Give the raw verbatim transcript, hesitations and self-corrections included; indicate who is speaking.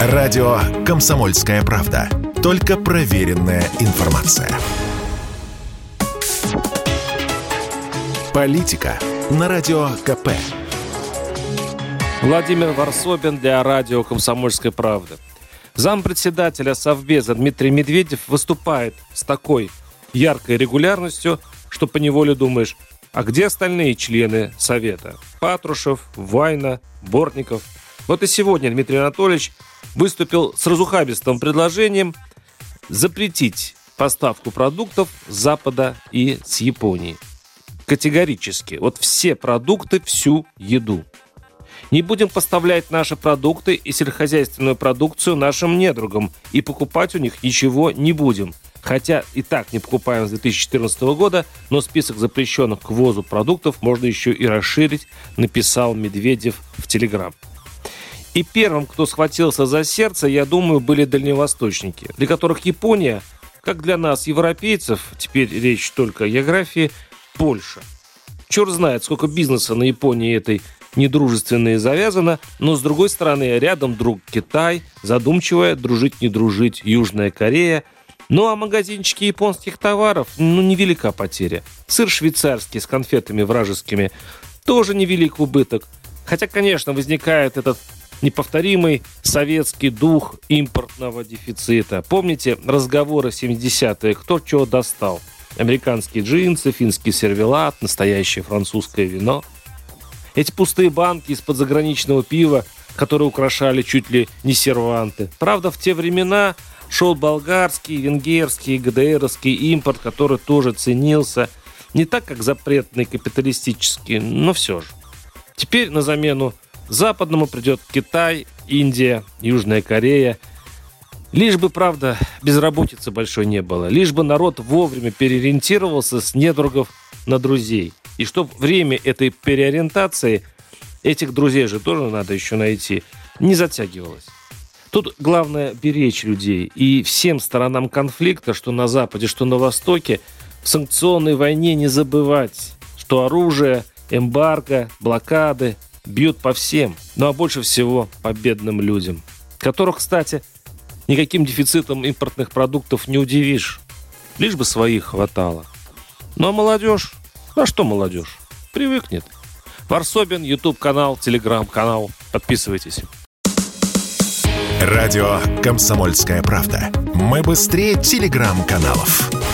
Speaker 1: Радио «Комсомольская правда». Только проверенная информация. Политика на Радио КП.
Speaker 2: Владимир Варсобин для радио «Комсомольская правда». Зампредседателя Совбеза Дмитрий Медведев выступает с такой яркой регулярностью, что поневоле думаешь, а где остальные члены Совета? Патрушев, Вайна, Бортников. Вот и сегодня Дмитрий Анатольевич выступил с разухабистым предложением запретить поставку продуктов с Запада и с Японии. Категорически. Вот все продукты, всю еду. Не будем поставлять наши продукты и сельскохозяйственную продукцию нашим недругам, и покупать у них ничего не будем. Хотя и так не покупаем с две тысячи четырнадцатого года, но список запрещенных к ввозу продуктов можно еще и расширить, написал Медведев в Телеграм. И первым, кто схватился за сердце, я думаю, были дальневосточники, для которых Япония, как для нас, европейцев, теперь речь только о географии, Польша. Черт знает, сколько бизнеса на Японии этой недружественной завязано, но, с другой стороны, рядом друг Китай, задумчивая, дружить не дружить, Южная Корея. Ну, а магазинчики японских товаров, ну, невелика потеря. Сыр швейцарский с конфетами вражескими тоже невелик убыток. Хотя, конечно, возникает этот неповторимый советский дух импортного дефицита. Помните разговоры в семидесятые, кто чего достал? Американские джинсы, финский сервелат, настоящее французское вино. Эти пустые банки из-под заграничного пива, которые украшали чуть ли не серванты. Правда, в те времена шел болгарский, венгерский, ГДРовский импорт, который тоже ценился. Не так, как запретный капиталистический, но все же. Теперь на замену западному придет Китай, Индия, Южная Корея. Лишь бы, правда, безработицы большой не было. Лишь бы народ вовремя переориентировался с недругов на друзей. И чтоб время этой переориентации, этих друзей же тоже надо еще найти, не затягивалось. Тут главное беречь людей. И всем сторонам конфликта, что на Западе, что на Востоке, в санкционной войне не забывать, что оружие, эмбарго, блокады бьют по всем. Ну а больше всего по бедным людям, которых, кстати, никаким дефицитом импортных продуктов не удивишь. Лишь бы своих хватало. Ну а молодежь? А что молодежь? Привыкнет. Варсобин, YouTube-канал, Telegram-канал. Подписывайтесь.
Speaker 1: Радио «Комсомольская правда». Мы быстрее Telegram-каналов.